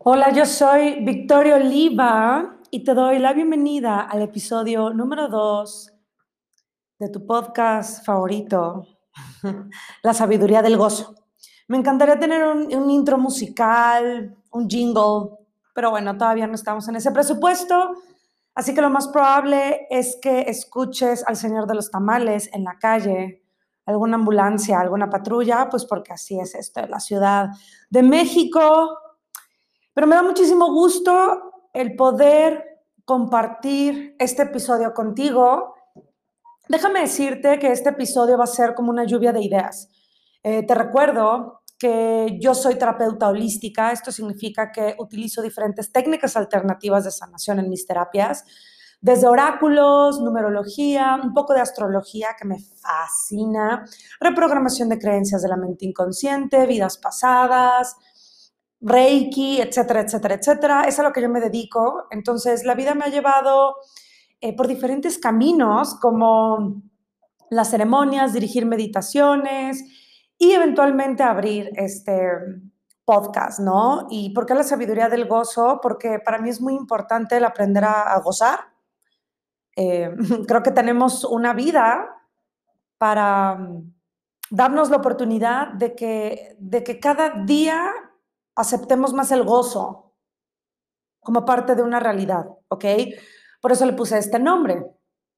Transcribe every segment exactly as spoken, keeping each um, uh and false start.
Hola, yo soy Victoria Oliva y te doy la bienvenida al episodio número dos de tu podcast favorito, La Sabiduría del Gozo. Me encantaría tener un, un intro musical, un jingle, pero bueno, todavía no estamos en ese presupuesto, así que lo más probable es que escuches al señor de los tamales en la calle, alguna ambulancia, alguna patrulla, pues porque así es esto de la Ciudad de México. Pero me da muchísimo gusto el poder compartir este episodio contigo. Déjame decirte que este episodio va a ser como una lluvia de ideas. Eh, te recuerdo que yo soy terapeuta holística. Esto significa que utilizo diferentes técnicas alternativas de sanación en mis terapias, desde oráculos, numerología, un poco de astrología que me fascina, reprogramación de creencias de la mente inconsciente, vidas pasadas, Reiki, etcétera, etcétera, etcétera. Es a lo que yo me dedico. Entonces, la vida me ha llevado eh, por diferentes caminos, como las ceremonias, dirigir meditaciones y eventualmente abrir este podcast, ¿no? ¿Y por qué la sabiduría del gozo? Porque para mí es muy importante el aprender a, a gozar. Eh, creo que tenemos una vida para um, darnos la oportunidad de que, de que cada día aceptemos más el gozo como parte de una realidad, ¿ok? Por eso le puse este nombre.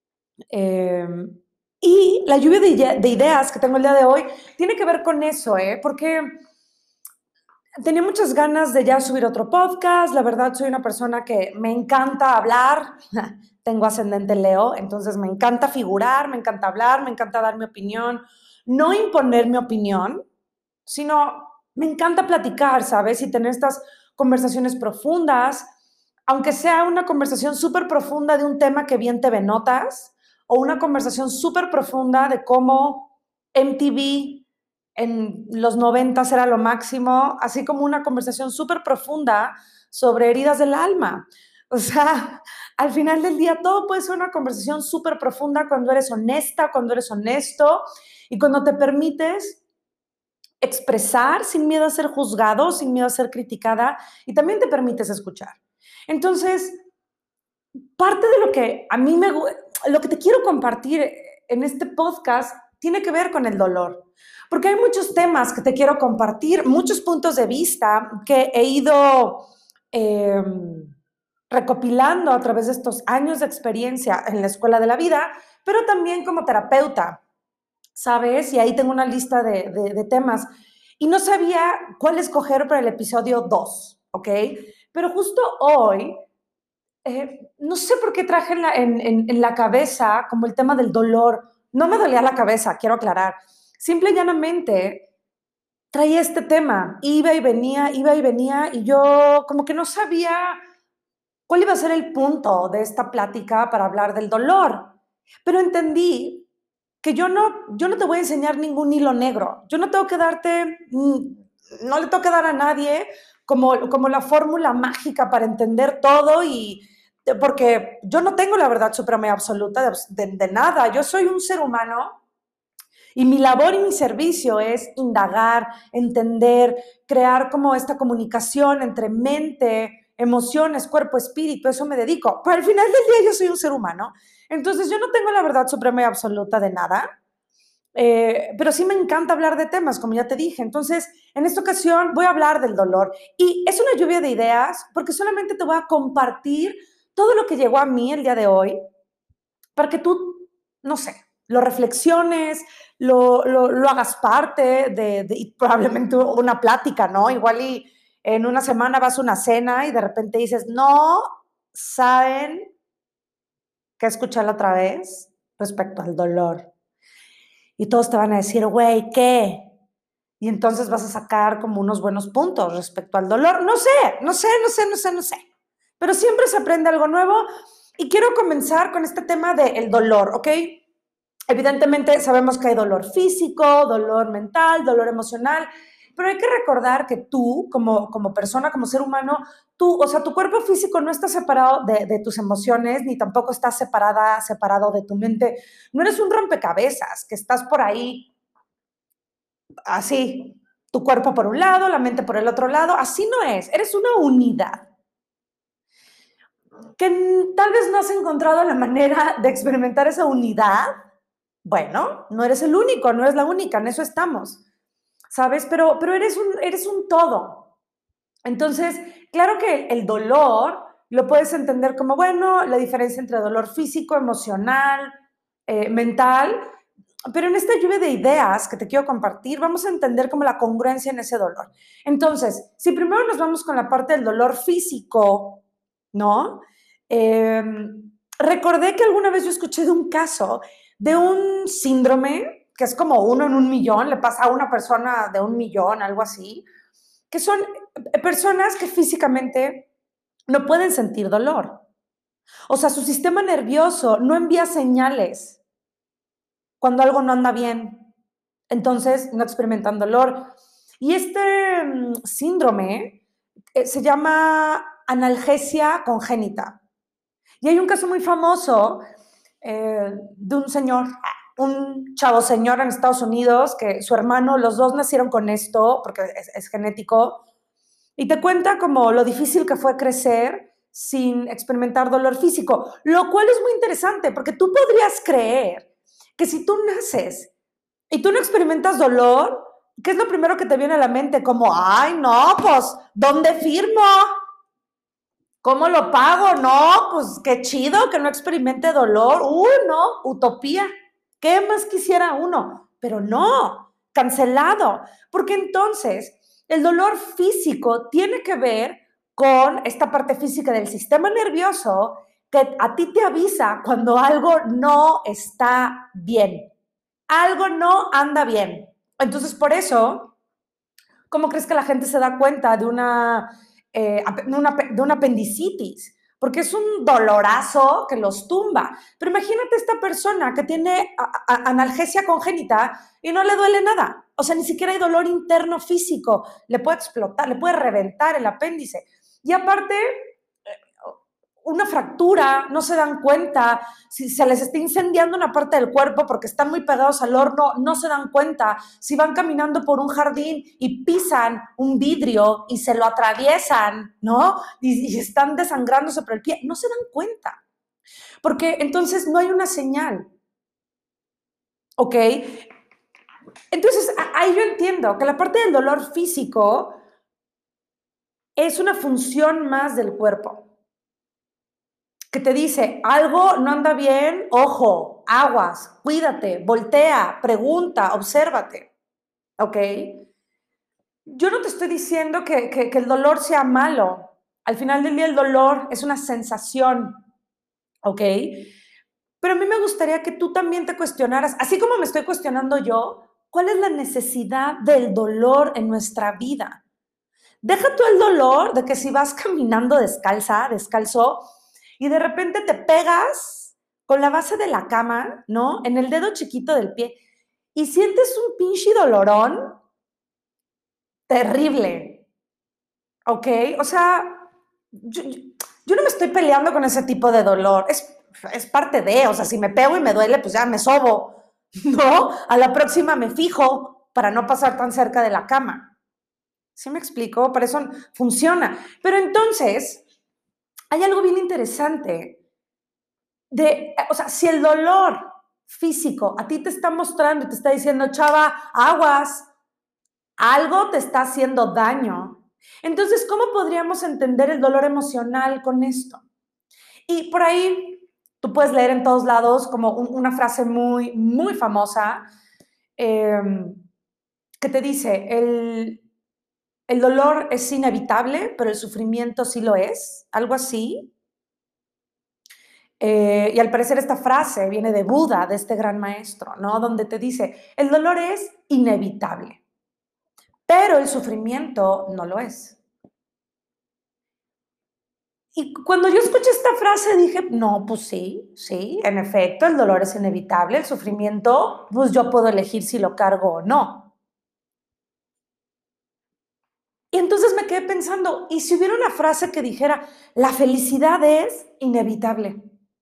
Eh, y la lluvia de, de, ideas que tengo el día de hoy tiene que ver con eso, ¿eh? Porque tenía muchas ganas de ya subir otro podcast. La verdad, soy una persona que me encanta hablar. Tengo ascendente Leo, entonces me encanta figurar, me encanta hablar, me encanta dar mi opinión. No imponer mi opinión, sino me encanta platicar, ¿sabes? Y tener estas conversaciones profundas, aunque sea una conversación súper profunda de un tema que bien te notas, o una conversación súper profunda de cómo M T V en los noventas era lo máximo, así como una conversación súper profunda sobre heridas del alma. O sea, al final del día todo puede ser una conversación súper profunda cuando eres honesta, cuando eres honesto y cuando te permites expresar sin miedo a ser juzgado, sin miedo a ser criticada y también te permites escuchar. Entonces, parte de lo que a mí me, lo que te quiero compartir en este podcast tiene que ver con el dolor, porque hay muchos temas que te quiero compartir, muchos puntos de vista que he ido eh, recopilando a través de estos años de experiencia en la escuela de la vida, pero también como terapeuta, ¿sabes? Y ahí tengo una lista de, de, de temas. Y no sabía cuál escoger para el episodio dos, ¿ok? Pero justo hoy, eh, no sé por qué traje en la, en, en, en la cabeza como el tema del dolor. No me dolía la cabeza, quiero aclarar. Simple y llanamente traía este tema, iba y venía, iba y venía, y yo como que no sabía cuál iba a ser el punto de esta plática para hablar del dolor. Pero entendí que yo no, yo no te voy a enseñar ningún hilo negro. Yo no tengo que darte, no le tengo que dar a nadie como, como la fórmula mágica para entender todo y porque yo no tengo la verdad suprema y absoluta de, de, de nada. Yo soy un ser humano y mi labor y mi servicio es indagar, entender, crear como esta comunicación entre mente, emociones, cuerpo, espíritu, eso me dedico. Pero al final del día yo soy un ser humano. Entonces yo no tengo la verdad suprema y absoluta de nada, eh, pero sí me encanta hablar de temas, como ya te dije. Entonces, en esta ocasión voy a hablar del dolor. Y es una lluvia de ideas porque solamente te voy a compartir todo lo que llegó a mí el día de hoy para que tú, no sé, lo reflexiones, lo, lo, lo hagas parte de, de y probablemente una plática, ¿no? Igual y en una semana vas a una cena y de repente dices, no saben qué escuchar otra vez respecto al dolor. Y todos te van a decir, güey, ¿qué? Y entonces vas a sacar como unos buenos puntos respecto al dolor. No sé, no sé, no sé, no sé, no sé. Pero siempre se aprende algo nuevo y quiero comenzar con este tema del dolor, ¿ok? Evidentemente sabemos que hay dolor físico, dolor mental, dolor emocional, pero hay que recordar que tú, como, como persona, como ser humano, tú, o sea, tu cuerpo físico no está separado de, de tus emociones, ni tampoco está separada, separado de tu mente. No eres un rompecabezas, que estás por ahí así. Tu cuerpo por un lado, la mente por el otro lado. Así no es. Eres una unidad. Que tal vez no has encontrado la manera de experimentar esa unidad. Bueno, no eres el único, no eres la única, en eso estamos. ¿Sabes? Pero, pero eres, un, eres un todo. Entonces, claro que el dolor lo puedes entender como, bueno, la diferencia entre dolor físico, emocional, eh, mental, pero en esta lluvia de ideas que te quiero compartir, vamos a entender como la congruencia en ese dolor. Entonces, si primero nos vamos con la parte del dolor físico, ¿no? Eh, recordé que alguna vez yo escuché de un caso de un síndrome, que es como uno en un millón, le pasa a una persona de un millón, algo así, que son personas que físicamente no pueden sentir dolor. O sea, su sistema nervioso no envía señales cuando algo no anda bien. Entonces, no experimentan dolor. Y este um, síndrome eh, se llama analgesia congénita. Y hay un caso muy famoso eh, de un señor, un chavo señor en Estados Unidos, que su hermano, los dos nacieron con esto, porque es, es genético, y te cuenta como lo difícil que fue crecer sin experimentar dolor físico, lo cual es muy interesante, porque tú podrías creer que si tú naces y tú no experimentas dolor, ¿qué es lo primero que te viene a la mente? Como, ay, no, pues, ¿dónde firmo? ¿Cómo lo pago? No, pues qué chido que no experimente dolor. Uy, no, utopía. ¿Qué más quisiera uno? Pero no, cancelado. Porque entonces el dolor físico tiene que ver con esta parte física del sistema nervioso que a ti te avisa cuando algo no está bien. Algo no anda bien. Entonces, por eso, ¿cómo crees que la gente se da cuenta de una, eh, de una, de una apendicitis? Porque es un dolorazo que los tumba. Pero imagínate esta persona que tiene a, a, analgesia congénita y no le duele nada. O sea, ni siquiera hay dolor interno físico. Le puede explotar, le puede reventar el apéndice. Y aparte, una fractura, no se dan cuenta, si se les está incendiando una parte del cuerpo porque están muy pegados al horno, no se dan cuenta, si van caminando por un jardín y pisan un vidrio y se lo atraviesan, ¿no? Y, y están desangrándose por el pie, no se dan cuenta, porque entonces no hay una señal, ¿ok? Entonces ahí yo entiendo que la parte del dolor físico es una función más del cuerpo, que te dice, algo no anda bien, ojo, aguas, cuídate, voltea, pregunta, obsérvate, ¿ok? Yo no te estoy diciendo que, que, que el dolor sea malo. Al final del día el dolor es una sensación, ¿ok? Pero a mí me gustaría que tú también te cuestionaras, así como me estoy cuestionando yo, ¿cuál es la necesidad del dolor en nuestra vida? Deja tú el dolor de que si vas caminando descalza, descalzo, y de repente te pegas con la base de la cama, ¿no? En el dedo chiquito del pie, y sientes un pinche dolorón terrible, ¿ok? O sea, yo, yo, yo no me estoy peleando con ese tipo de dolor, es, es parte de, o sea, si me pego y me duele, pues ya me sobo, ¿no? A la próxima me fijo para no pasar tan cerca de la cama. ¿Sí me explico? Para eso funciona. Pero entonces, hay algo bien interesante de, o sea, si el dolor físico a ti te está mostrando y te está diciendo, chava, aguas, algo te está haciendo daño. Entonces, ¿cómo podríamos entender el dolor emocional con esto? Y por ahí tú puedes leer en todos lados como un, una frase muy, muy famosa eh, que te dice, el, el dolor es inevitable, pero el sufrimiento sí lo es, algo así. Eh, y al parecer esta frase viene de Buda, de este gran maestro, ¿no? Donde te dice, el dolor es inevitable, pero el sufrimiento no lo es. Y cuando yo escuché esta frase dije, no, pues sí, sí, en efecto, el dolor es inevitable, el sufrimiento, pues yo puedo elegir si lo cargo o no. Y entonces me quedé pensando, ¿y si hubiera una frase que dijera, la felicidad es inevitable?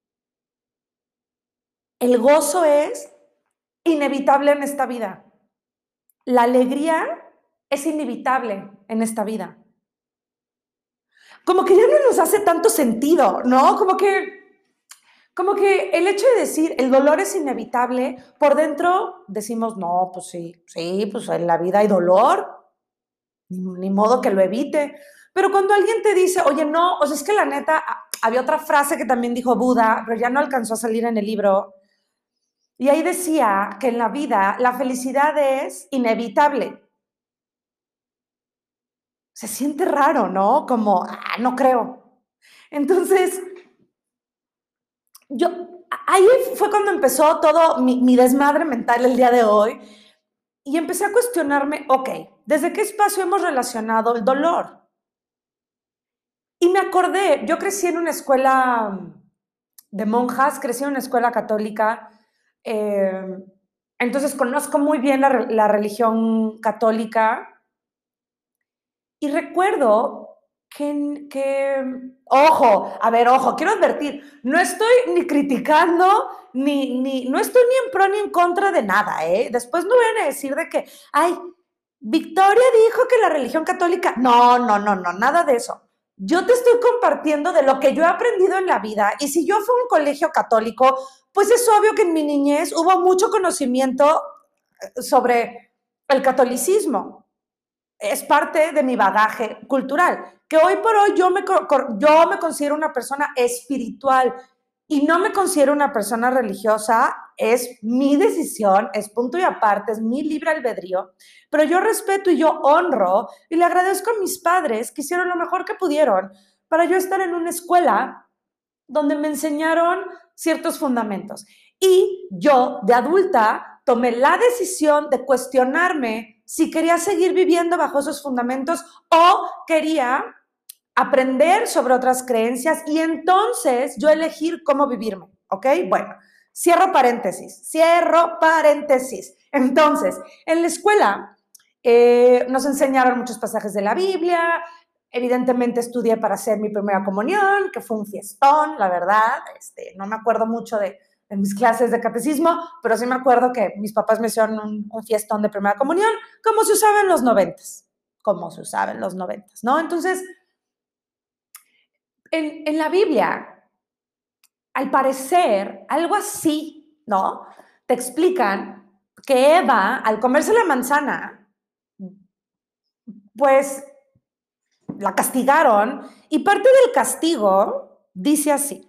El gozo es inevitable en esta vida. La alegría es inevitable en esta vida. Como que ya no nos hace tanto sentido, ¿no? Como que, como que el hecho de decir el dolor es inevitable, por dentro decimos, no, pues sí, sí, pues en la vida hay dolor, ni, ni modo que lo evite. Pero cuando alguien te dice, oye, no, o sea, es que la neta, había otra frase que también dijo Buda, pero ya no alcanzó a salir en el libro, y ahí decía que en la vida la felicidad es inevitable. Se siente raro, ¿no? Como, ah, no creo. Entonces, yo, ahí fue cuando empezó todo mi, mi desmadre mental el día de hoy y empecé a cuestionarme, ok, ¿desde qué espacio hemos relacionado el dolor? Y me acordé, yo crecí en una escuela de monjas, crecí en una escuela católica, eh, entonces conozco muy bien la, la religión católica y recuerdo que, que, ojo, a ver, ojo, quiero advertir, no estoy ni criticando, ni, ni, no estoy ni en pro ni en contra de nada, ¿eh? Después no vayan a decir de que, ay, Victoria dijo que la religión católica, no, no, no, no, nada de eso. Yo te estoy compartiendo de lo que yo he aprendido en la vida y si yo fui a un colegio católico, pues es obvio que en mi niñez hubo mucho conocimiento sobre el catolicismo. Es parte de mi bagaje cultural, que hoy por hoy yo me, yo me considero una persona espiritual y no me considero una persona religiosa, es mi decisión, es punto y aparte, es mi libre albedrío, pero yo respeto y yo honro y le agradezco a mis padres que hicieron lo mejor que pudieron para yo estar en una escuela donde me enseñaron ciertos fundamentos. Y yo, de adulta, tomé la decisión de cuestionarme si quería seguir viviendo bajo esos fundamentos o quería aprender sobre otras creencias y entonces yo elegir cómo vivirme, ¿ok? Bueno, cierro paréntesis, cierro paréntesis. Entonces, en la escuela eh, nos enseñaron muchos pasajes de la Biblia, evidentemente estudié para hacer mi primera comunión, que fue un fiestón, la verdad, este, no me acuerdo mucho de, en mis clases de catecismo, pero sí me acuerdo que mis papás me hicieron un, un fiestón de primera comunión, como se usaba en los noventas, como se usaba en los noventas, ¿no? Entonces, en, en la Biblia, al parecer, algo así, ¿no? Te explican que Eva, al comerse la manzana, pues la castigaron y parte del castigo dice así,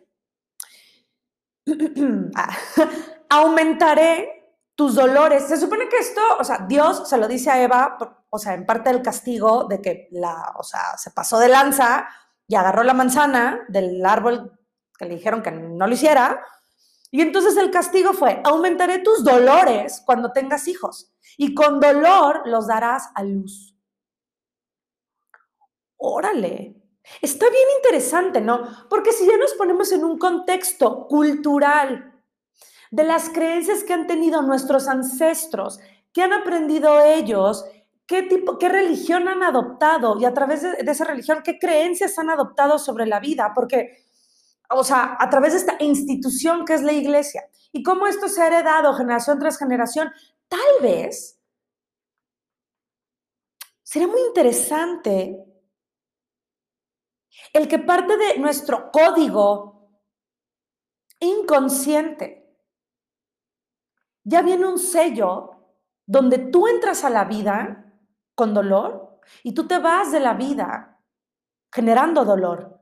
aumentaré tus dolores. Se supone que esto, o sea, Dios se lo dice a Eva, o sea, en parte del castigo de que la, o sea, se pasó de lanza y agarró la manzana del árbol que le dijeron que no lo hiciera. Y entonces el castigo fue, aumentaré tus dolores cuando tengas hijos y con dolor los darás a luz. Órale, está bien interesante, ¿no? Porque si ya nos ponemos en un contexto cultural de las creencias que han tenido nuestros ancestros, que han aprendido ellos, qué tipo, qué religión han adoptado y a través de, de esa religión, qué creencias han adoptado sobre la vida, porque, o sea, a través de esta institución que es la iglesia y cómo esto se ha heredado generación tras generación, tal vez sería muy interesante el que parte de nuestro código inconsciente ya viene un sello donde tú entras a la vida con dolor y tú te vas de la vida generando dolor.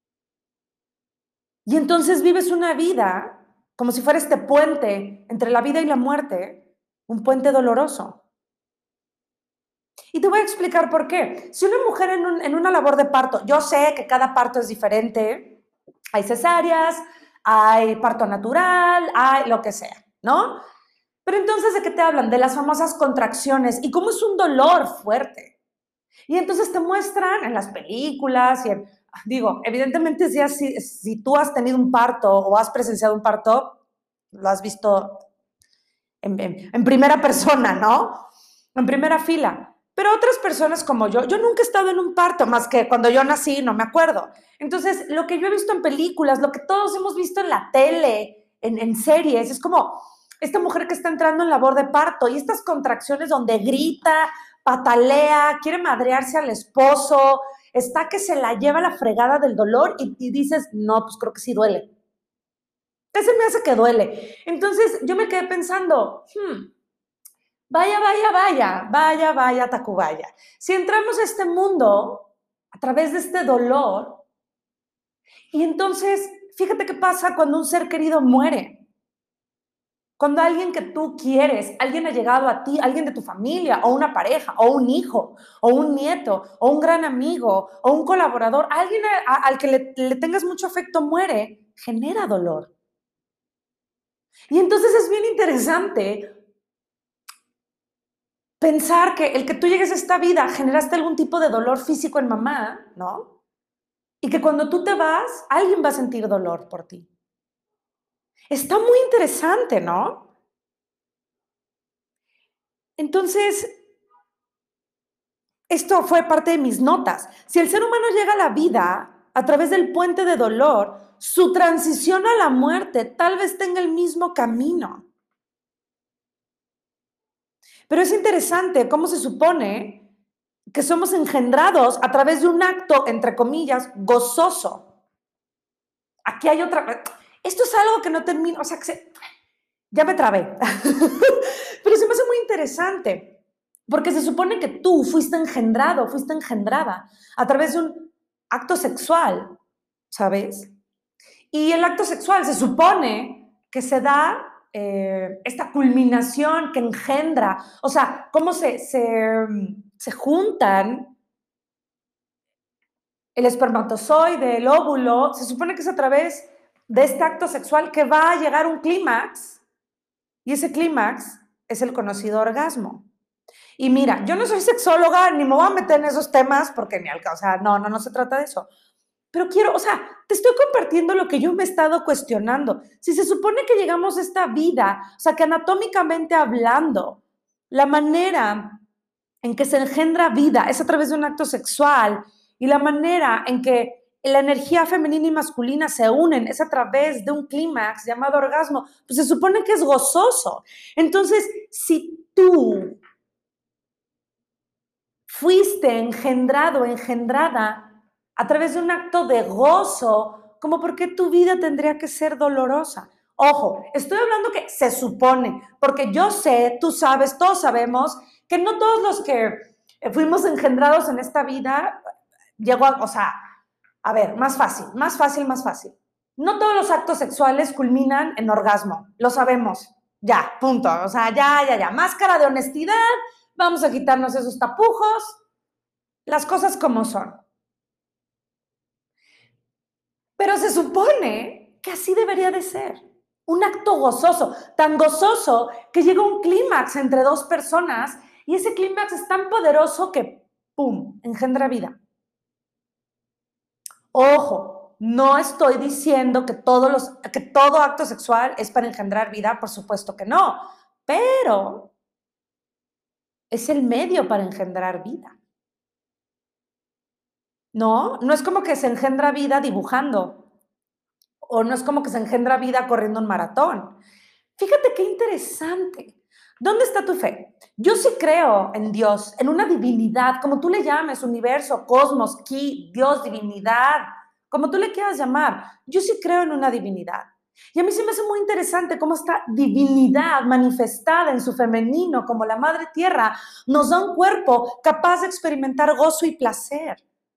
Y entonces vives una vida como si fuera este puente entre la vida y la muerte, un puente doloroso. Y te voy a explicar por qué. Si una mujer en, un, en una labor de parto, yo sé que cada parto es diferente, hay cesáreas, hay parto natural, hay lo que sea, ¿no? Pero entonces, ¿de qué te hablan? De las famosas contracciones y cómo es un dolor fuerte. Y entonces te muestran en las películas y en, digo, evidentemente si, has, si, si tú has tenido un parto o has presenciado un parto, lo has visto en, en, en primera persona, ¿no? En primera fila. Pero otras personas como yo, yo nunca he estado en un parto, más que cuando yo nací, no me acuerdo. Entonces, lo que yo he visto en películas, lo que todos hemos visto en la tele, en, en series, es como esta mujer que está entrando en labor de parto y estas contracciones donde grita, patalea, quiere madrearse al esposo, está que se la lleva la fregada del dolor y, y dices, no, pues creo que sí duele. Ese me hace que duele. Entonces yo me quedé pensando, hmm, vaya, vaya, vaya, vaya, vaya, Tacubaya. Si entramos a este mundo a través de este dolor, y entonces, fíjate qué pasa cuando un ser querido muere. Cuando alguien que tú quieres, alguien ha llegado a ti, alguien de tu familia, o una pareja, o un hijo, o un nieto, o un gran amigo, o un colaborador, alguien a, a, al que le, le tengas mucho afecto muere, genera dolor. Y entonces es bien interesante pensar que el que tú llegues a esta vida generaste algún tipo de dolor físico en mamá, ¿no? Y que cuando tú te vas, alguien va a sentir dolor por ti. Está muy interesante, ¿no? Entonces, esto fue parte de mis notas. Si el ser humano llega a la vida a través del puente de dolor, su transición a la muerte tal vez tenga el mismo camino. Pero es interesante cómo se supone que somos engendrados a través de un acto, entre comillas, gozoso. Aquí hay otra... Esto es algo que no termino, o sea, que se... ya me trabé. Pero se me hace muy interesante, porque se supone que tú fuiste engendrado, fuiste engendrada a través de un acto sexual, ¿sabes? Y el acto sexual se supone que se da eh, esta culminación que engendra, o sea, cómo se, se, se juntan el espermatozoide, el óvulo, se supone que es a través de este acto sexual que va a llegar un clímax, y ese clímax es el conocido orgasmo. Y mira, yo no soy sexóloga, ni me voy a meter en esos temas, porque ni al caso, o sea, no, no, no se trata de eso. Pero quiero, o sea, te estoy compartiendo lo que yo me he estado cuestionando. Si se supone que llegamos a esta vida, o sea, que anatómicamente hablando, la manera en que se engendra vida es a través de un acto sexual, y la manera en que la energía femenina y masculina se unen es a través de un clímax llamado orgasmo, pues se supone que es gozoso. Entonces, si tú fuiste engendrado, engendrada a través de un acto de gozo, como por qué tu vida tendría que ser dolorosa. Ojo, estoy hablando que se supone, porque yo sé, tú sabes, todos sabemos que no todos los que fuimos engendrados en esta vida llegó a, o sea, a ver, más fácil, más fácil, más fácil. No todos los actos sexuales culminan en orgasmo, lo sabemos, ya, punto, o sea, ya, ya, ya, máscara de honestidad, vamos a quitarnos esos tapujos, las cosas como son. Pero se supone que así debería de ser. Un acto gozoso, tan gozoso que llega un clímax entre dos personas y ese clímax es tan poderoso que, ¡pum!, engendra vida. Ojo, no estoy diciendo que, todos los, que todo acto sexual es para engendrar vida, por supuesto que no, pero es el medio para engendrar vida. No, no es como que se engendra vida dibujando, o no es como que se engendra vida corriendo un maratón. Fíjate qué interesante. ¿Dónde está tu fe? Yo sí creo en Dios, en una divinidad, como tú le llames, universo, cosmos, ki, Dios, divinidad, como tú le quieras llamar. Yo sí creo en una divinidad. Y a mí se me hace muy interesante cómo esta divinidad manifestada en su femenino, como la Madre Tierra, nos da un cuerpo capaz de experimentar gozo y placer.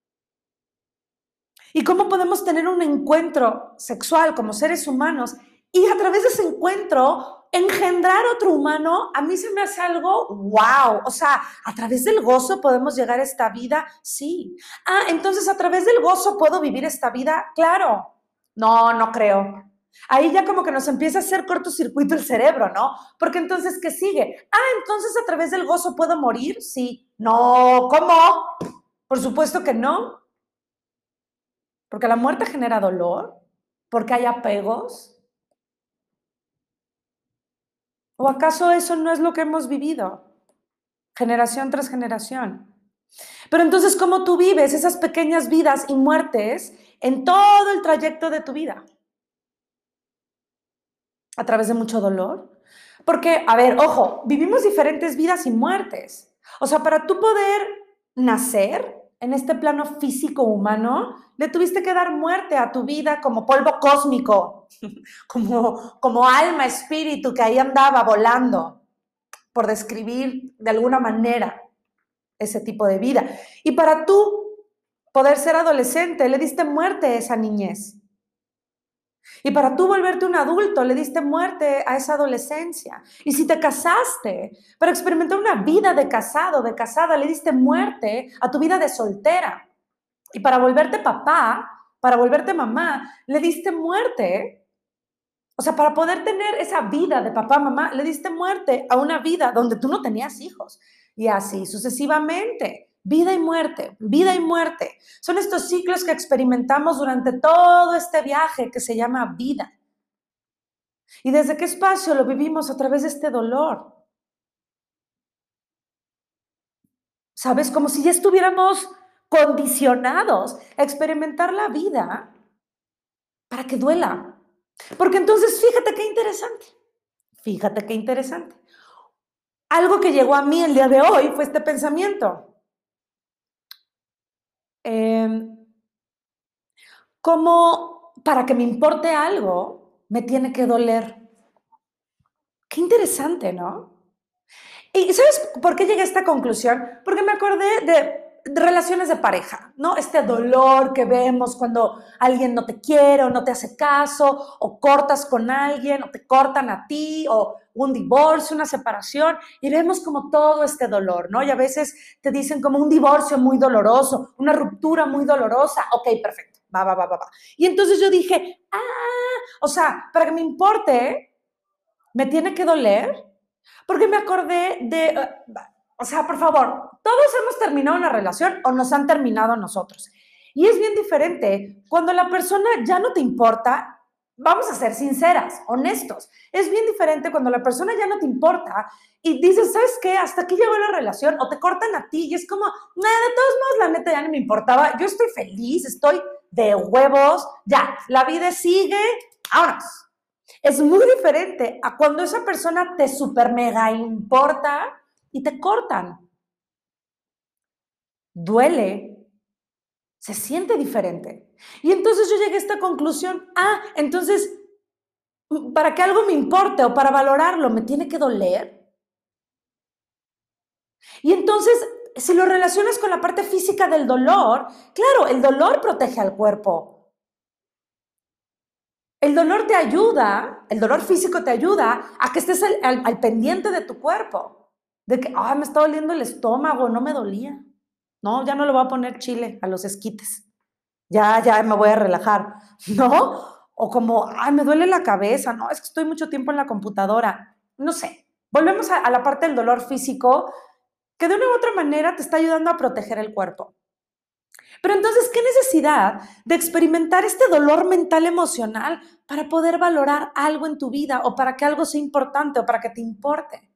Y cómo podemos tener un encuentro sexual como seres humanos y a través de ese encuentro engendrar otro humano. A mí se me hace algo wow. O sea, a través del gozo podemos llegar a esta vida, sí. Ah, entonces a través del gozo puedo vivir esta vida, claro. No, no creo. Ahí ya como que nos empieza a hacer cortocircuito el cerebro, ¿no? Porque entonces, ¿qué sigue? Ah, entonces a través del gozo puedo morir, sí. No, ¿cómo? Por supuesto que no. Porque la muerte genera dolor, porque hay apegos. ¿O acaso eso no es lo que hemos vivido? Generación tras generación. Pero entonces, ¿cómo tú vives esas pequeñas vidas y muertes en todo el trayecto de tu vida? ¿A través de mucho dolor? Porque, a ver, ojo, vivimos diferentes vidas y muertes. O sea, para tú poder nacer en este plano físico humano, le tuviste que dar muerte a tu vida como polvo cósmico, como, como alma, espíritu que ahí andaba volando, por describir de alguna manera ese tipo de vida. Y para tú poder ser adolescente, le diste muerte a esa niñez. Y para tú volverte un adulto, le diste muerte a esa adolescencia. Y si te casaste, para experimentar una vida de casado, de casada, le diste muerte a tu vida de soltera. Y para volverte papá, para volverte mamá, le diste muerte. O sea, para poder tener esa vida de papá, mamá, le diste muerte a una vida donde tú no tenías hijos. Y así sucesivamente. Vida y muerte, vida y muerte. Son estos ciclos que experimentamos durante todo este viaje que se llama vida. ¿Y desde qué espacio lo vivimos? A través de este dolor. ¿Sabes? Como si ya estuviéramos condicionados a experimentar la vida para que duela. Porque entonces, fíjate qué interesante. Fíjate qué interesante. Algo que llegó a mí el día de hoy fue este pensamiento. Eh, como para que me importe algo, me tiene que doler. Qué interesante, ¿no? ¿Y sabes por qué llegué a esta conclusión? Porque me acordé de, de relaciones de pareja, ¿no? Este dolor que vemos cuando alguien no te quiere o no te hace caso, o cortas con alguien, o te cortan a ti, o un divorcio, una separación, y vemos como todo este dolor, ¿no? Y a veces te dicen como un divorcio muy doloroso, una ruptura muy dolorosa. Ok, perfecto, va, va, va, va, va. Y entonces yo dije, ah, o sea, para que me importe, me tiene que doler. Porque me acordé de, uh, o sea, por favor, todos hemos terminado una relación o nos han terminado nosotros. Y es bien diferente cuando la persona ya no te importa. Vamos a ser sinceras, honestos. Es bien diferente cuando la persona ya no te importa y dices, ¿sabes qué? Hasta aquí llegó la relación, o te cortan a ti y es como, nada, de todos modos, la neta ya no me importaba. Yo estoy feliz, estoy de huevos, ya, la vida sigue, vámonos. Es muy diferente a cuando esa persona te super mega importa y te cortan. Duele, se siente diferente. Y entonces yo llegué a esta conclusión, ah, entonces, para que algo me importe o para valorarlo, ¿me tiene que doler? Y entonces, si lo relacionas con la parte física del dolor, claro, el dolor protege al cuerpo. El dolor te ayuda, el dolor físico te ayuda a que estés al, al, al pendiente de tu cuerpo. De que, ay, me está doliendo el estómago, no me dolía. No, ya no le voy a poner chile a los esquites. Ya, ya me voy a relajar, ¿no? O como, ay, me duele la cabeza, no, es que estoy mucho tiempo en la computadora. No sé. Volvemos a, a la parte del dolor físico que de una u otra manera te está ayudando a proteger el cuerpo. Pero entonces, ¿qué necesidad de experimentar este dolor mental emocional para poder valorar algo en tu vida o para que algo sea importante o para que te importe?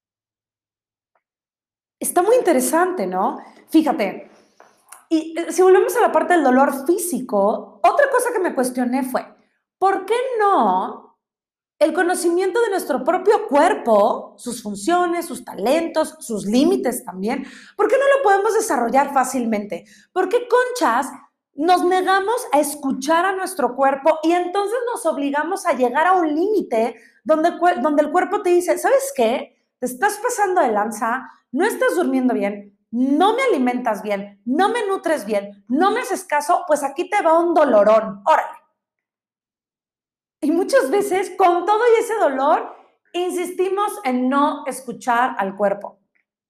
Está muy interesante, ¿no? Fíjate, y si volvemos a la parte del dolor físico, otra cosa que me cuestioné fue, ¿por qué no el conocimiento de nuestro propio cuerpo, sus funciones, sus talentos, sus límites también, ¿por qué no lo podemos desarrollar fácilmente? ¿Por qué, conchas, nos negamos a escuchar a nuestro cuerpo y entonces nos obligamos a llegar a un límite donde, donde el cuerpo te dice, ¿sabes qué? Te estás pasando de lanza, no estás durmiendo bien, no me alimentas bien, no me nutres bien, no me haces caso, pues aquí te va un dolorón, órale. Y muchas veces, con todo y ese dolor, insistimos en no escuchar al cuerpo.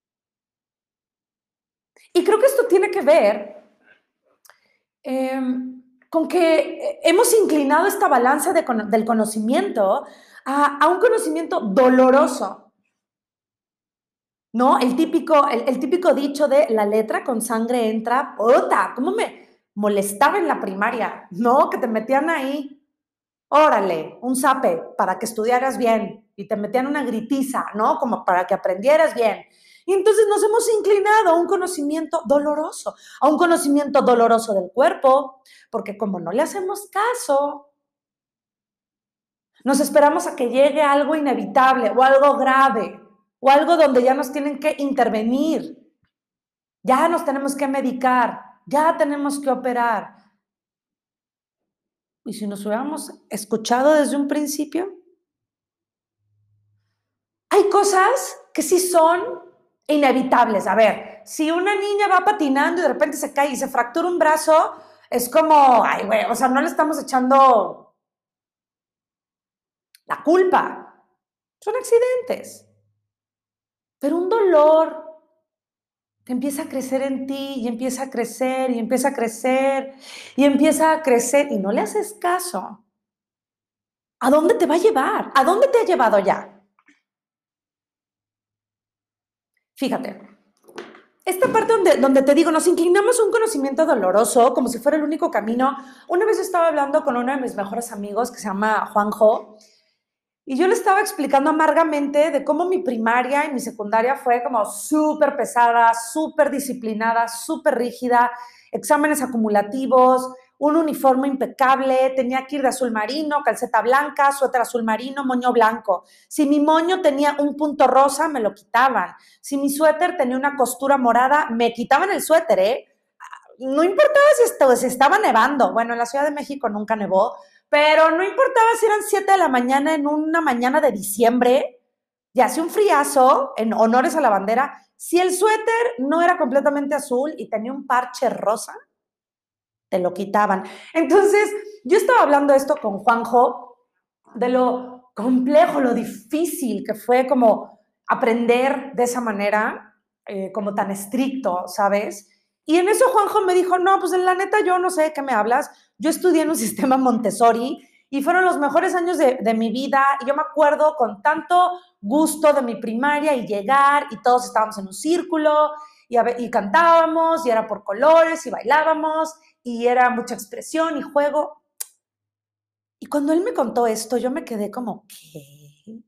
Y creo que esto tiene que ver eh, con que hemos inclinado esta balanza de, del conocimiento a, a, un conocimiento doloroso. ¿No? El típico, el, el típico dicho de la letra con sangre entra, puta, ¿cómo me molestaba en la primaria? ¿No? Que te metían ahí. Órale, un zape para que estudiaras bien y te metían una gritiza, ¿no? Como para que aprendieras bien. Y entonces nos hemos inclinado a un conocimiento doloroso, a un conocimiento doloroso del cuerpo, porque como no le hacemos caso, nos esperamos a que llegue algo inevitable o algo grave. o algo donde ya nos tienen que intervenir, ya nos tenemos que medicar, ya tenemos que operar. ¿Y si nos hubiéramos escuchado desde un principio? Hay cosas que sí son inevitables. A ver, si una niña va patinando y de repente se cae y se fractura un brazo, es como, ay, güey, o sea, no le estamos echando la culpa. Son accidentes. Pero un dolor que empieza a crecer en ti y empieza a crecer y empieza a crecer y empieza a crecer y no le haces caso. ¿A dónde te va a llevar? ¿A dónde te ha llevado ya? Fíjate, esta parte donde, donde te digo, nos inclinamos a un conocimiento doloroso como si fuera el único camino. Una vez yo estaba hablando con uno de mis mejores amigos que se llama Juanjo y yo le estaba explicando amargamente de cómo mi primaria y mi secundaria fue como súper pesada, súper disciplinada, súper rígida, exámenes acumulativos, un uniforme impecable, tenía que ir de azul marino, calceta blanca, suéter azul marino, moño blanco. Si mi moño tenía un punto rosa, me lo quitaban. Si mi suéter tenía una costura morada, me quitaban el suéter, ¿eh? No importaba si, esto, si estaba nevando. Bueno, en la Ciudad de México nunca nevó, pero no importaba si eran siete de la mañana en una mañana de diciembre, y hace un friazo, en honores a la bandera. Si el suéter no era completamente azul y tenía un parche rosa, te lo quitaban. Entonces, yo estaba hablando esto con Juanjo, de lo complejo, lo difícil que fue como aprender de esa manera, eh, como tan estricto, ¿sabes? Y en eso Juanjo me dijo, no, pues en la neta yo no sé de qué me hablas, yo estudié en un sistema Montessori y fueron los mejores años de, de mi vida y yo me acuerdo con tanto gusto de mi primaria y llegar y todos estábamos en un círculo y, a ver, y cantábamos y era por colores y bailábamos y era mucha expresión y juego. Y cuando él me contó esto, yo me quedé como, ¿qué?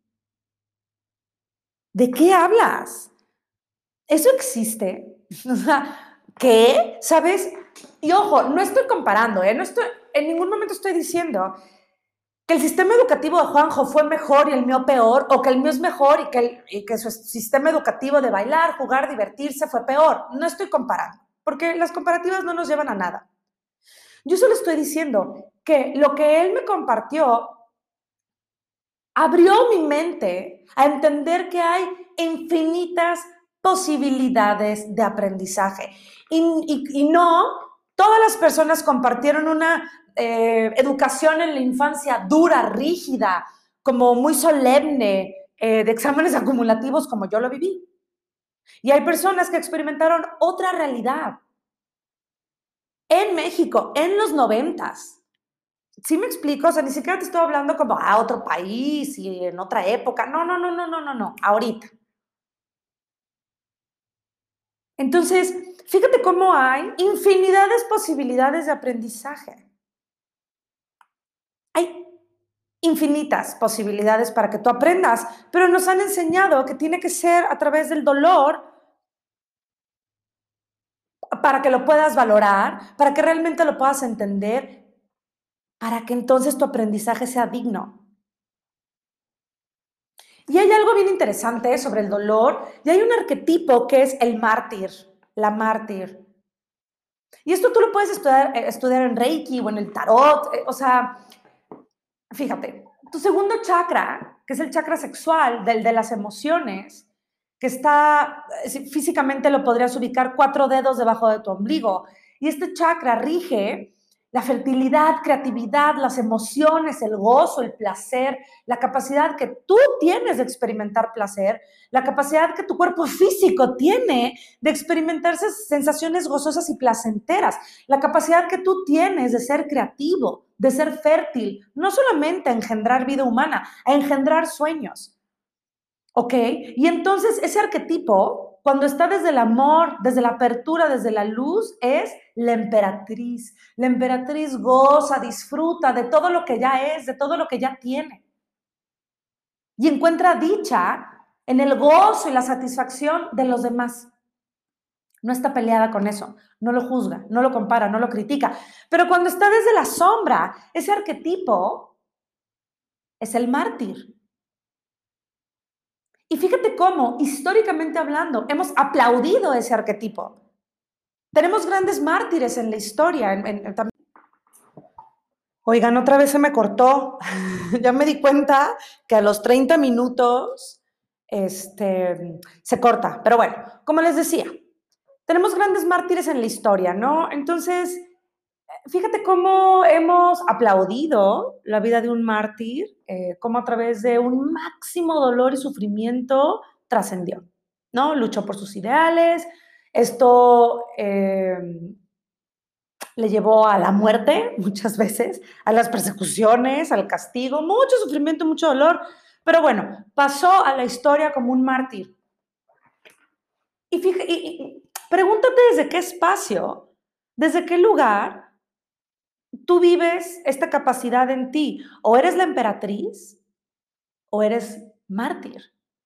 ¿De qué hablas? ¿Eso existe? O sea, ¿qué? ¿Sabes? Y ojo, no estoy comparando, ¿eh? No estoy, en ningún momento estoy diciendo que el sistema educativo de Juanjo fue mejor y el mío peor, o que el mío es mejor y que, el, y que su sistema educativo de bailar, jugar, divertirse fue peor. No estoy comparando, porque las comparativas no nos llevan a nada. Yo solo estoy diciendo que lo que él me compartió abrió mi mente a entender que hay infinitas posibilidades de aprendizaje. Y, y, y no, todas las personas compartieron una eh, educación en la infancia dura, rígida, como muy solemne, eh, de exámenes acumulativos como yo lo viví. Y hay personas que experimentaron otra realidad. En México, en los noventas. ¿Sí me explico? O sea, ni siquiera te estoy hablando como a otro país y en otra época. No, no, no, no, no, no, no. Ahorita. Entonces, fíjate cómo hay infinidades de posibilidades de aprendizaje. Hay infinitas posibilidades para que tú aprendas, pero nos han enseñado que tiene que ser a través del dolor para que lo puedas valorar, para que realmente lo puedas entender, para que entonces tu aprendizaje sea digno. Y hay algo bien interesante sobre el dolor, y hay un arquetipo que es el mártir, la mártir. Y esto tú lo puedes estudiar, estudiar en Reiki o en el tarot, o sea, fíjate, tu segundo chakra, que es el chakra sexual, del de las emociones, que está, físicamente lo podrías ubicar cuatro dedos debajo de tu ombligo, y este chakra rige la fertilidad, creatividad, las emociones, el gozo, el placer, la capacidad que tú tienes de experimentar placer, la capacidad que tu cuerpo físico tiene de experimentar sensaciones gozosas y placenteras, la capacidad que tú tienes de ser creativo, de ser fértil, no solamente a engendrar vida humana, a engendrar sueños. ¿Ok? Y entonces ese arquetipo, cuando está desde el amor, desde la apertura, desde la luz, es la emperatriz. La emperatriz goza, disfruta de todo lo que ya es, de todo lo que ya tiene. Y encuentra dicha en el gozo y la satisfacción de los demás. No está peleada con eso, no lo juzga, no lo compara, no lo critica. Pero cuando está desde la sombra, ese arquetipo es el mártir. Y fíjate cómo, históricamente hablando, hemos aplaudido ese arquetipo. Tenemos grandes mártires en la historia. En, en, en, Oigan, otra vez se me cortó. Ya me di cuenta que a los treinta minutos este, se corta. Pero bueno, como les decía, tenemos grandes mártires en la historia, ¿no? Entonces, fíjate cómo hemos aplaudido la vida de un mártir, eh, cómo a través de un máximo dolor y sufrimiento trascendió, ¿no? Luchó por sus ideales. Esto eh, le llevó a la muerte muchas veces, a las persecuciones, al castigo, mucho sufrimiento, mucho dolor. Pero bueno, pasó a la historia como un mártir. Y, fíjate, y, y pregúntate desde qué espacio, desde qué lugar tú vives esta capacidad en ti. O eres la emperatriz o eres mártir.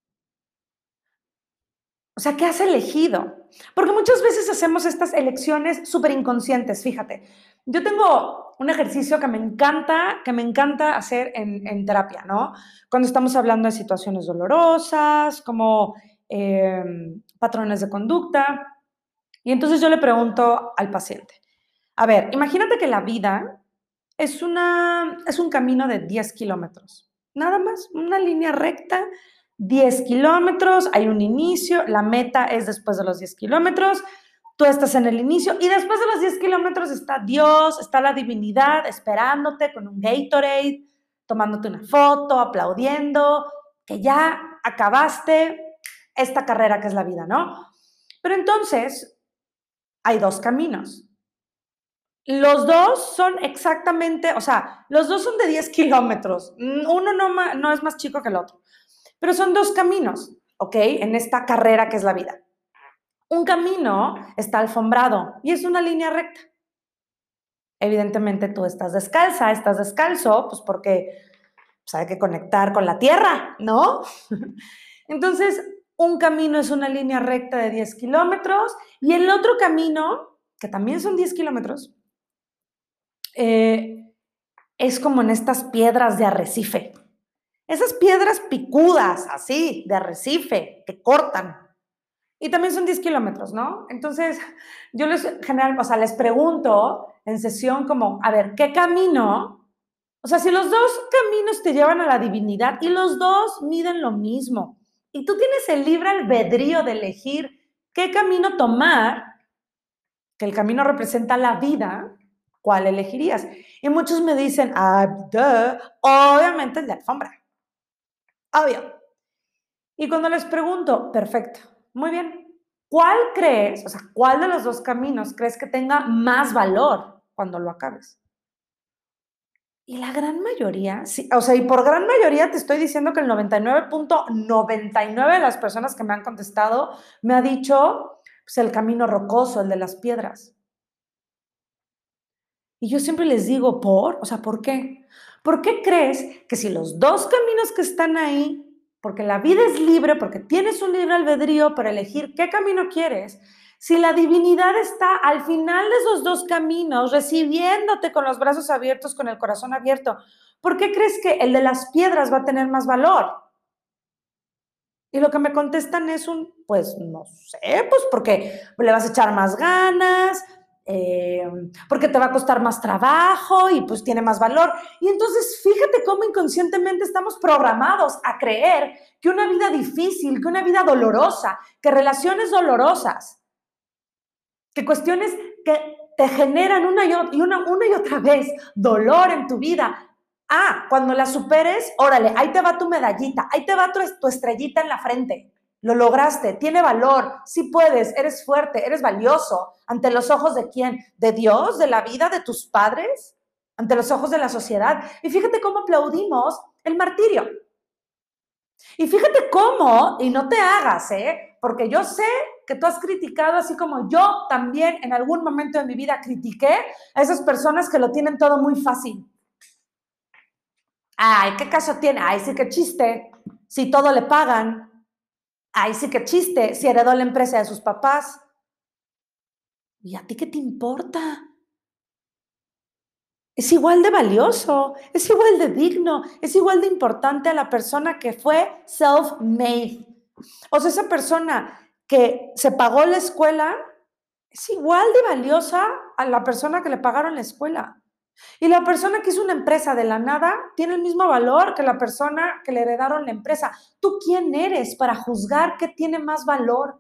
O sea, ¿qué has elegido? Porque muchas veces hacemos estas elecciones súper inconscientes, fíjate. Yo tengo un ejercicio que me encanta, que me encanta hacer en, en terapia, ¿no? Cuando estamos hablando de situaciones dolorosas, como eh, patrones de conducta. Y entonces yo le pregunto al paciente, a ver, imagínate que la vida es, una, es un camino de diez kilómetros. Nada más, una línea recta, diez kilómetros, hay un inicio, la meta es después de los diez kilómetros, tú estás en el inicio y después de los diez kilómetros está Dios, está la divinidad esperándote con un Gatorade, tomándote una foto, aplaudiendo, que ya acabaste esta carrera que es la vida, ¿no? Pero entonces hay dos caminos. Los dos son exactamente, o sea, los dos son de diez kilómetros. Uno no, no es más chico que el otro. Pero son dos caminos, ¿ok? En esta carrera que es la vida. Un camino está alfombrado y es una línea recta. Evidentemente tú estás descalza, estás descalzo, pues porque pues hay que conectar con la tierra, ¿no? Entonces, un camino es una línea recta de diez kilómetros y el otro camino, que también son diez kilómetros, Eh, es como en estas piedras de arrecife. Esas piedras picudas, así, de arrecife, que cortan. Y también son diez kilómetros, ¿no? Entonces, yo les, general, o sea, les pregunto en sesión como, a ver, ¿qué camino? O sea, si los dos caminos te llevan a la divinidad y los dos miden lo mismo, y tú tienes el libre albedrío de elegir qué camino tomar, que el camino representa la vida, ¿cuál elegirías? Y muchos me dicen, ah, duh, obviamente el de alfombra. Obvio. Y cuando les pregunto, perfecto, muy bien, ¿cuál crees, o sea, cuál de los dos caminos crees que tenga más valor cuando lo acabes? Y la gran mayoría, sí, o sea, y por gran mayoría te estoy diciendo que el noventa y nueve punto noventa y nueve de las personas que me han contestado me ha dicho, pues el camino rocoso, el de las piedras. Y yo siempre les digo, ¿por? O sea, ¿por qué? ¿Por qué crees que si los dos caminos que están ahí, porque la vida es libre, porque tienes un libre albedrío para elegir qué camino quieres, si la divinidad está al final de esos dos caminos, recibiéndote con los brazos abiertos, con el corazón abierto, ¿por qué crees que el de las piedras va a tener más valor? Y lo que me contestan es un, pues no sé, pues porque le vas a echar más ganas, eh, porque te va a costar más trabajo y pues tiene más valor. Y entonces fíjate cómo inconscientemente estamos programados a creer que una vida difícil, que una vida dolorosa, que relaciones dolorosas, que cuestiones que te generan una y, una, una y otra vez dolor en tu vida. Ah, cuando la superes, órale, ahí te va tu medallita, ahí te va tu, tu estrellita en la frente. Lo lograste, tiene valor, sí puedes, eres fuerte, eres valioso. ¿Ante los ojos de quién? ¿De Dios? ¿De la vida? ¿De tus padres? ¿Ante los ojos de la sociedad? Y fíjate cómo aplaudimos el martirio. Y fíjate cómo, y no te hagas, ¿eh? Porque yo sé que tú has criticado, así como yo también en algún momento de mi vida critiqué a esas personas que lo tienen todo muy fácil. Ay, ¿qué caso tiene? Ay, sí que chiste, si todo le pagan. Ay, sí que chiste, si heredó la empresa de sus papás. ¿Y a ti qué te importa? Es igual de valioso, es igual de digno, es igual de importante a la persona que fue self-made, O sea, esa persona que se pagó la escuela es igual de valiosa a la persona que le pagaron la escuela. Y la persona que hizo una empresa de la nada tiene el mismo valor que la persona que le heredaron la empresa. ¿Tú quién eres para juzgar qué tiene más valor?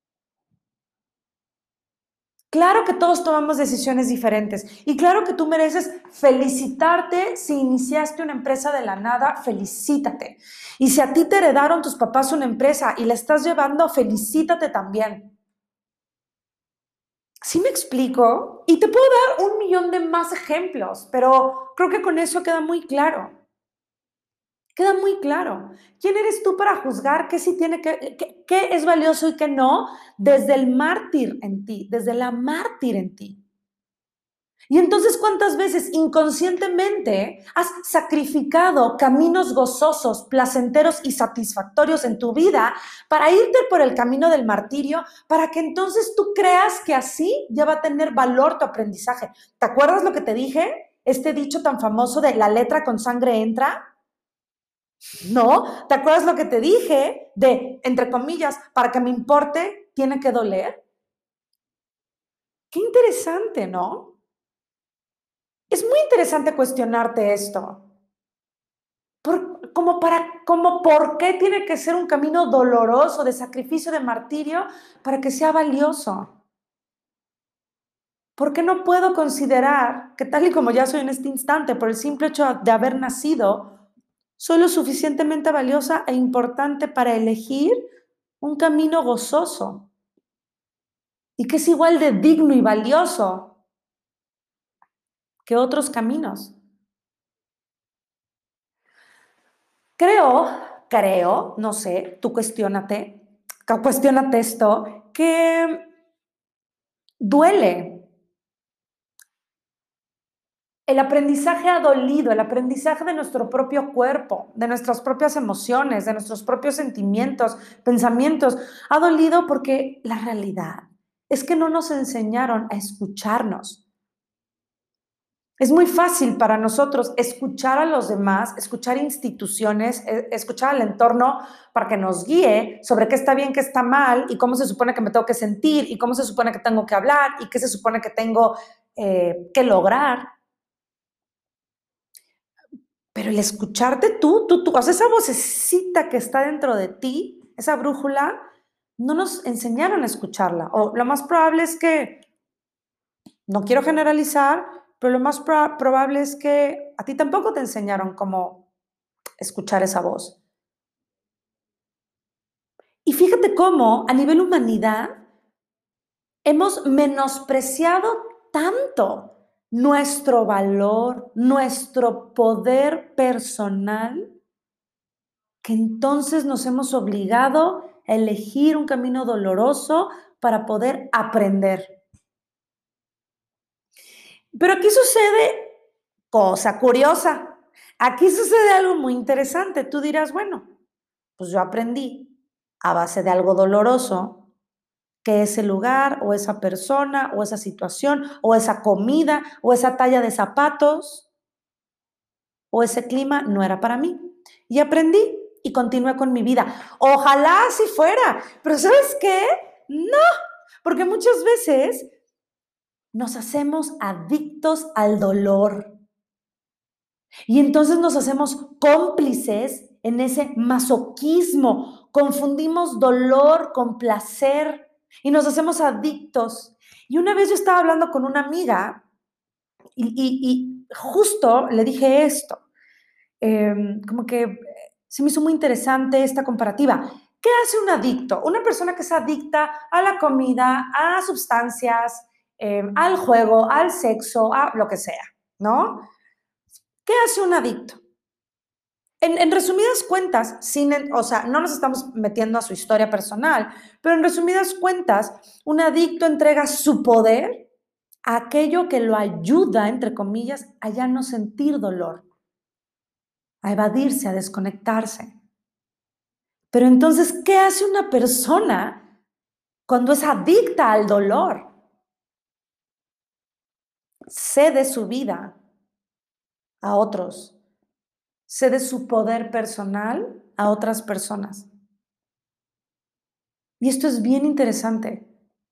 Claro que todos tomamos decisiones diferentes y claro que tú mereces felicitarte si iniciaste una empresa de la nada, felicítate. Y si a ti te heredaron tus papás una empresa y la estás llevando, felicítate también. ¿Sí me explico? Y te puedo dar un millón de más ejemplos, pero creo que con eso queda muy claro. Queda muy claro. ¿Quién eres tú para juzgar qué sí tiene que, qué, qué es valioso y qué no? Desde el mártir en ti, desde la mártir en ti. Y entonces, ¿cuántas veces inconscientemente has sacrificado caminos gozosos, placenteros y satisfactorios en tu vida para irte por el camino del martirio, para que entonces tú creas que así ya va a tener valor tu aprendizaje? ¿Te acuerdas lo que te dije? Este dicho tan famoso de la letra con sangre entra. ¿No? ¿Te acuerdas lo que te dije de, entre comillas, para que me importe, tiene que doler? Qué interesante, ¿no? Es muy interesante cuestionarte esto. Por, como para, como por qué tiene que ser un camino doloroso, de sacrificio, de martirio, para que sea valioso. ¿Por qué no puedo considerar que tal y como ya soy en este instante, por el simple hecho de haber nacido, soy lo suficientemente valiosa e importante para elegir un camino gozoso y que es igual de digno y valioso que otros caminos? Creo, creo, no sé, tú cuestiónate, cuestiónate esto, que duele. El aprendizaje ha dolido, el aprendizaje de nuestro propio cuerpo, de nuestras propias emociones, de nuestros propios sentimientos, pensamientos, ha dolido porque la realidad es que no nos enseñaron a escucharnos. Es muy fácil para nosotros escuchar a los demás, escuchar instituciones, escuchar al entorno para que nos guíe sobre qué está bien, qué está mal y cómo se supone que me tengo que sentir y cómo se supone que tengo que hablar y qué se supone que tengo eh, que lograr. Pero el escucharte tú, tú, tú, o sea, esa vocecita que está dentro de ti, esa brújula, no nos enseñaron a escucharla. O lo más probable es que, no quiero generalizar, pero lo más pro probable es que a ti tampoco te enseñaron cómo escuchar esa voz. Y fíjate cómo a nivel humanidad hemos menospreciado tanto nuestro valor, nuestro poder personal, que entonces nos hemos obligado a elegir un camino doloroso para poder aprender. Pero aquí sucede cosa curiosa. Aquí sucede algo muy interesante. Tú dirás, bueno, pues yo aprendí a base de algo doloroso, que ese lugar o esa persona o esa situación o esa comida o esa talla de zapatos o ese clima no era para mí. Y aprendí y continué con mi vida. Ojalá así fuera, pero ¿sabes qué? No, porque muchas veces nos hacemos adictos al dolor y entonces nos hacemos cómplices en ese masoquismo. Confundimos dolor con placer y nos hacemos adictos. Y una vez yo estaba hablando con una amiga y, y, y justo le dije esto. Eh, como que se me hizo muy interesante esta comparativa. ¿Qué hace un adicto? Una persona que es adicta a la comida, a sustancias, eh, al juego, al sexo, a lo que sea, ¿no? ¿Qué hace un adicto? En, en resumidas cuentas, sin, o sea, no nos estamos metiendo a su historia personal, pero en resumidas cuentas, un adicto entrega su poder a aquello que lo ayuda, entre comillas, a ya no sentir dolor, a evadirse, a desconectarse. Pero entonces, ¿qué hace una persona cuando es adicta al dolor? Cede su vida a otros, cede su poder personal a otras personas. Y esto es bien interesante.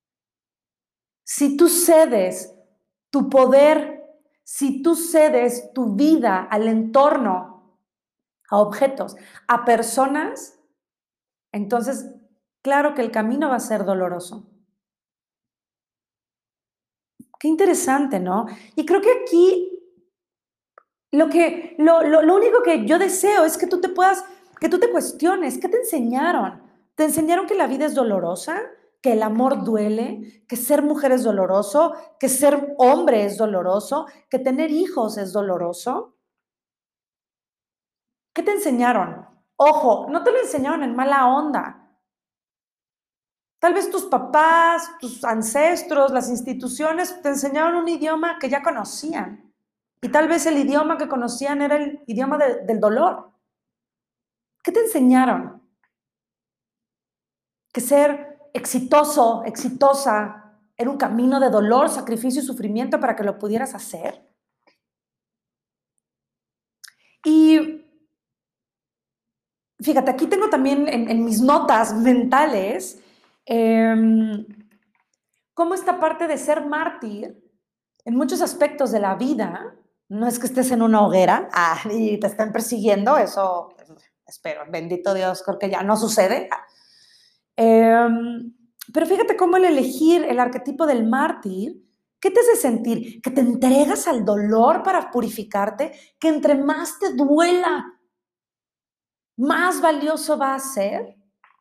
Si tú cedes tu poder, si tú cedes tu vida al entorno, a objetos, a personas, entonces, claro que el camino va a ser doloroso. Qué interesante, ¿no? Y creo que aquí lo, que, lo, lo, lo único que yo deseo es que tú te puedas, que tú te cuestiones, ¿qué te enseñaron? ¿Te enseñaron que la vida es dolorosa? ¿Que el amor duele? ¿Que ser mujer es doloroso? ¿Que ser hombre es doloroso? ¿Que tener hijos es doloroso? ¿Qué te enseñaron? Ojo, no te lo enseñaron en mala onda. Tal vez tus papás, tus ancestros, las instituciones te enseñaron un idioma que ya conocían. Y tal vez el idioma que conocían era el idioma de, del dolor. ¿Qué te enseñaron? Que ser exitoso, exitosa, era un camino de dolor, sacrificio y sufrimiento para que lo pudieras hacer. Y fíjate, aquí tengo también en, en mis notas mentales eh, cómo esta parte de ser mártir en muchos aspectos de la vida, no es que estés en una hoguera ah, y te estén persiguiendo, eso espero, bendito Dios, creo que ya no sucede. Eh, pero fíjate cómo el elegir el arquetipo del mártir, ¿qué te hace sentir? Que te entregas al dolor para purificarte, que entre más te duela, más valioso va a ser.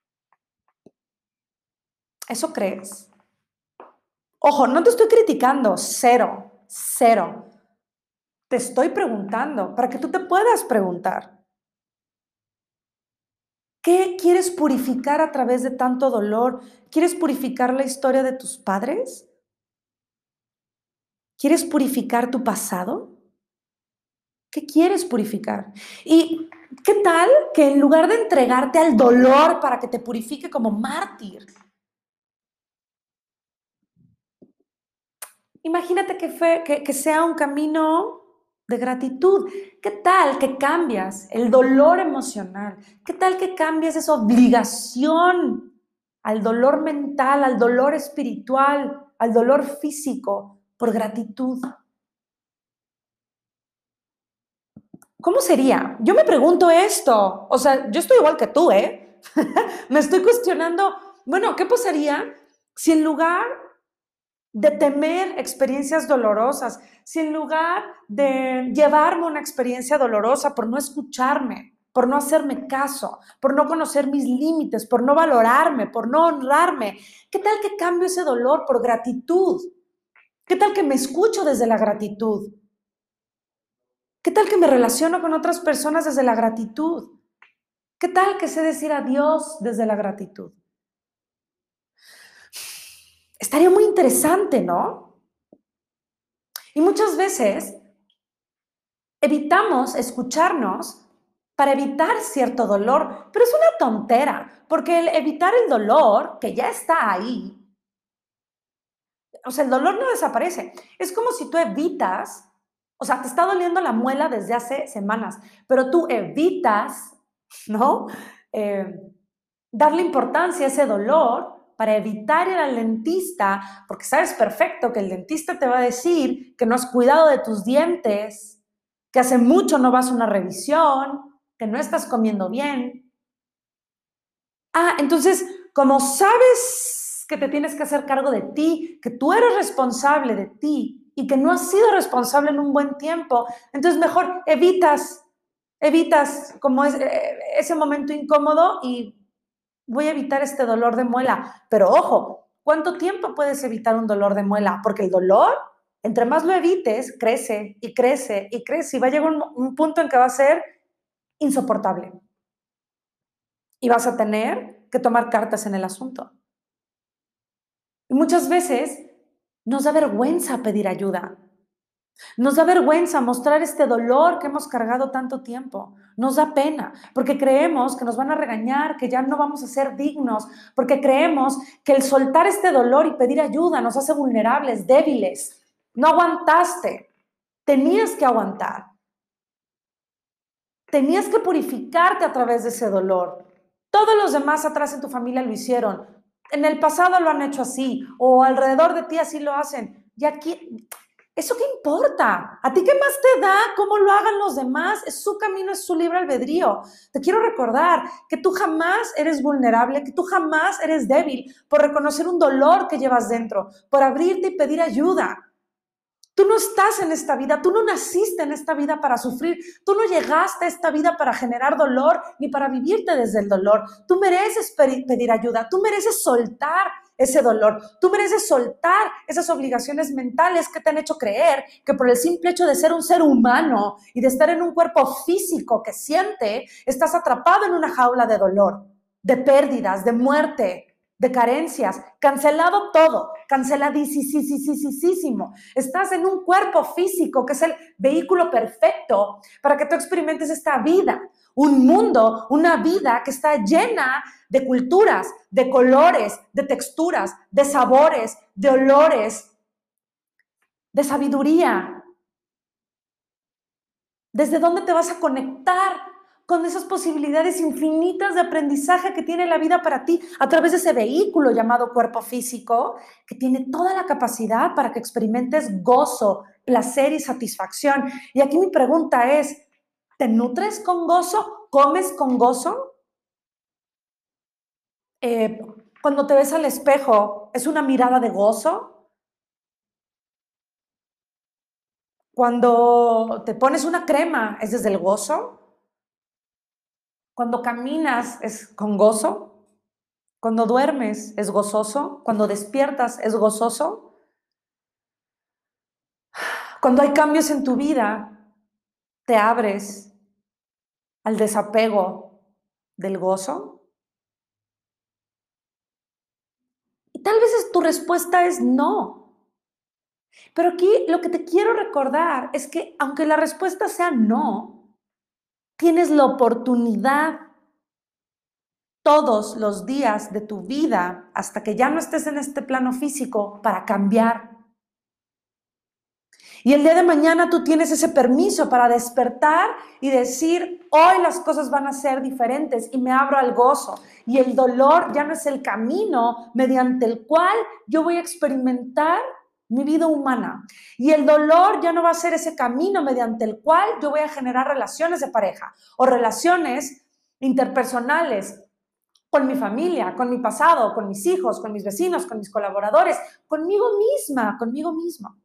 ¿Eso crees? Ojo, no te estoy criticando, cero, cero. Te estoy preguntando para que tú te puedas preguntar. ¿Qué quieres purificar a través de tanto dolor? ¿Quieres purificar la historia de tus padres? ¿Quieres purificar tu pasado? ¿Qué quieres purificar? ¿Y qué tal que en lugar de entregarte al dolor para que te purifique como mártir, imagínate que, fue, que, que sea un camino de gratitud? ¿Qué tal que cambias el dolor emocional? ¿Qué tal que cambias esa obligación al dolor mental, al dolor espiritual, al dolor físico por gratitud? ¿Cómo sería? Yo me pregunto esto. O sea, yo estoy igual que tú, ¿eh? Me estoy cuestionando, bueno, ¿qué pasaría si en lugar de temer experiencias dolorosas, si en lugar de llevarme una experiencia dolorosa por no escucharme, por no hacerme caso, por no conocer mis límites, por no valorarme, por no honrarme, ¿qué tal que cambio ese dolor por gratitud? ¿Qué tal que me escucho desde la gratitud? ¿Qué tal que me relaciono con otras personas desde la gratitud? ¿Qué tal que sé decir adiós desde la gratitud? Estaría muy interesante, ¿no? Y muchas veces evitamos escucharnos para evitar cierto dolor, pero es una tontera, porque el evitar el dolor, que ya está ahí, o sea, el dolor no desaparece. Es como si tú evitas, o sea, te está doliendo la muela desde hace semanas, pero tú evitas, ¿no? Eh, darle importancia a ese dolor para evitar ir al dentista, porque sabes perfecto que el dentista te va a decir que no has cuidado de tus dientes, que hace mucho no vas a una revisión, que no estás comiendo bien. Ah, entonces, como sabes que te tienes que hacer cargo de ti, que tú eres responsable de ti y que no has sido responsable en un buen tiempo, entonces mejor evitas, evitas como es, ese momento incómodo y voy a evitar este dolor de muela. Pero ojo, ¿cuánto tiempo puedes evitar un dolor de muela? Porque el dolor, entre más lo evites, crece y crece y crece y va a llegar un, un punto en que va a ser insoportable. Y vas a tener que tomar cartas en el asunto. Y muchas veces nos da vergüenza pedir ayuda. Nos da vergüenza mostrar este dolor que hemos cargado tanto tiempo. Nos da pena porque creemos que nos van a regañar, que ya no vamos a ser dignos, porque creemos que el soltar este dolor y pedir ayuda nos hace vulnerables, débiles. No aguantaste. Tenías que aguantar. Tenías que purificarte a través de ese dolor. Todos los demás atrás en tu familia lo hicieron. en el pasado lo han hecho así, o alrededor de ti así lo hacen. Y aquí, ¿eso qué importa? ¿A ti qué más te da cómo lo hagan los demás? Es su camino, es su libre albedrío. Te quiero recordar que tú jamás eres vulnerable, que tú jamás eres débil por reconocer un dolor que llevas dentro, por abrirte y pedir ayuda. Tú no estás en esta vida, tú no naciste en esta vida para sufrir, tú no llegaste a esta vida para generar dolor ni para vivirte desde el dolor. Tú mereces pedir ayuda, tú mereces soltar ese dolor, tú mereces soltar esas obligaciones mentales que te han hecho creer que por el simple hecho de ser un ser humano y de estar en un cuerpo físico que siente, estás atrapado en una jaula de dolor, de pérdidas, de muerte, de carencias, cancelado todo, canceladísimo. Estás en un cuerpo físico que es el vehículo perfecto para que tú experimentes esta vida, un mundo, una vida que está llena de culturas, de colores, de texturas, de sabores, de olores, de sabiduría. ¿Desde dónde te vas a conectar con esas posibilidades infinitas de aprendizaje que tiene la vida para ti a través de ese vehículo llamado cuerpo físico, que tiene toda la capacidad para que experimentes gozo, placer y satisfacción? Y aquí mi pregunta es, ¿te nutres con gozo? ¿Comes con gozo? Eh, cuando te ves al espejo, ¿es una mirada de gozo? Cuando te pones una crema, ¿es desde el gozo? Cuando caminas es con gozo, cuando duermes es gozoso, cuando despiertas es gozoso, cuando hay cambios en tu vida te abres al desapego del gozo. Y tal vez tu respuesta es no. Pero aquí lo que te quiero recordar es que aunque la respuesta sea no, tienes la oportunidad todos los días de tu vida, hasta que ya no estés en este plano físico, para cambiar. Y el día de mañana tú tienes ese permiso para despertar y decir, hoy las cosas van a ser diferentes y me abro al gozo. Y el dolor ya no es el camino mediante el cual yo voy a experimentar mi vida humana. Y el dolor ya no va a ser ese camino mediante el cual yo voy a generar relaciones de pareja o relaciones interpersonales con mi familia, con mi pasado, con mis hijos, con mis vecinos, con mis colaboradores, conmigo misma, conmigo mismo.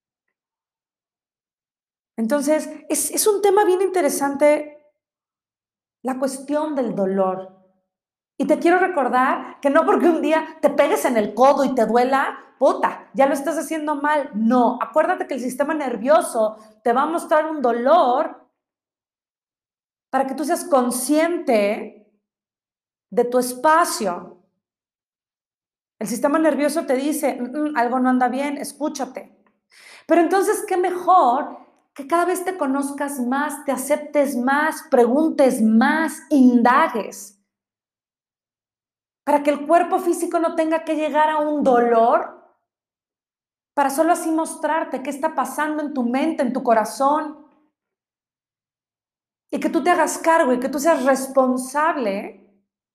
Entonces, es, es un tema bien interesante la cuestión del dolor. Y te quiero recordar que no porque un día te pegues en el codo y te duela, puta, ya lo estás haciendo mal. No, acuérdate que el sistema nervioso te va a mostrar un dolor para que tú seas consciente de tu espacio. El sistema nervioso te dice, mm, algo no anda bien, escúchate. Pero entonces, ¿qué mejor que cada vez te conozcas más, te aceptes más, preguntes más, indagues? Para que el cuerpo físico no tenga que llegar a un dolor, para solo así mostrarte qué está pasando en tu mente, en tu corazón, y que tú te hagas cargo y que tú seas responsable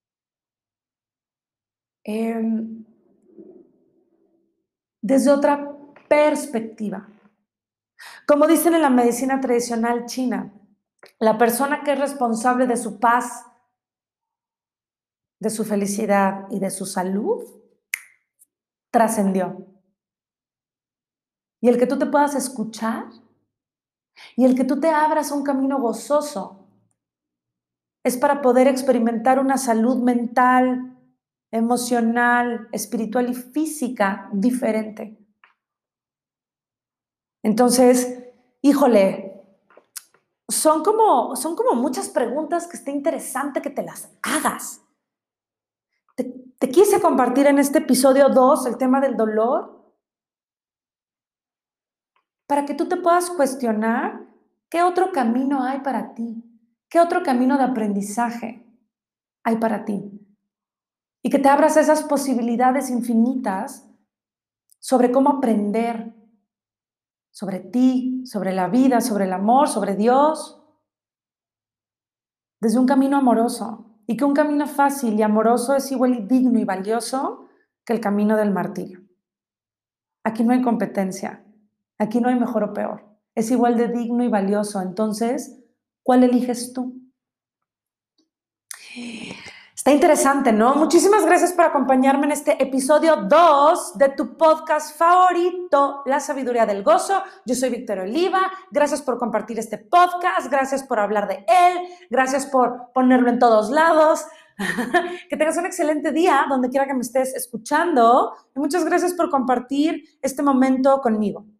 eh, desde otra perspectiva. Como dicen en la medicina tradicional china, la persona que es responsable de su paz, de su felicidad y de su salud, trascendió. Y el que tú te puedas escuchar y el que tú te abras a un camino gozoso es para poder experimentar una salud mental, emocional, espiritual y física diferente. Entonces, híjole, son como, son como muchas preguntas que está interesante que te las hagas. Te, te quise compartir en este episodio dos el tema del dolor para que tú te puedas cuestionar qué otro camino hay para ti, qué otro camino de aprendizaje hay para ti. Y que te abras esas posibilidades infinitas sobre cómo aprender sobre ti, sobre la vida, sobre el amor, sobre Dios, desde un camino amoroso. Y que un camino fácil y amoroso es igual y digno y valioso que el camino del martirio. Aquí no hay competencia, aquí no hay mejor o peor. Es igual de digno y valioso. Entonces, ¿cuál eliges tú? Está interesante, ¿no? Muchísimas gracias por acompañarme en este episodio dos de tu podcast favorito, La Sabiduría del Gozo. Yo soy Victoria Oliva. Gracias por compartir este podcast. Gracias por hablar de él. Gracias por ponerlo en todos lados. Que tengas un excelente día donde quiera que me estés escuchando. Y muchas gracias por compartir este momento conmigo.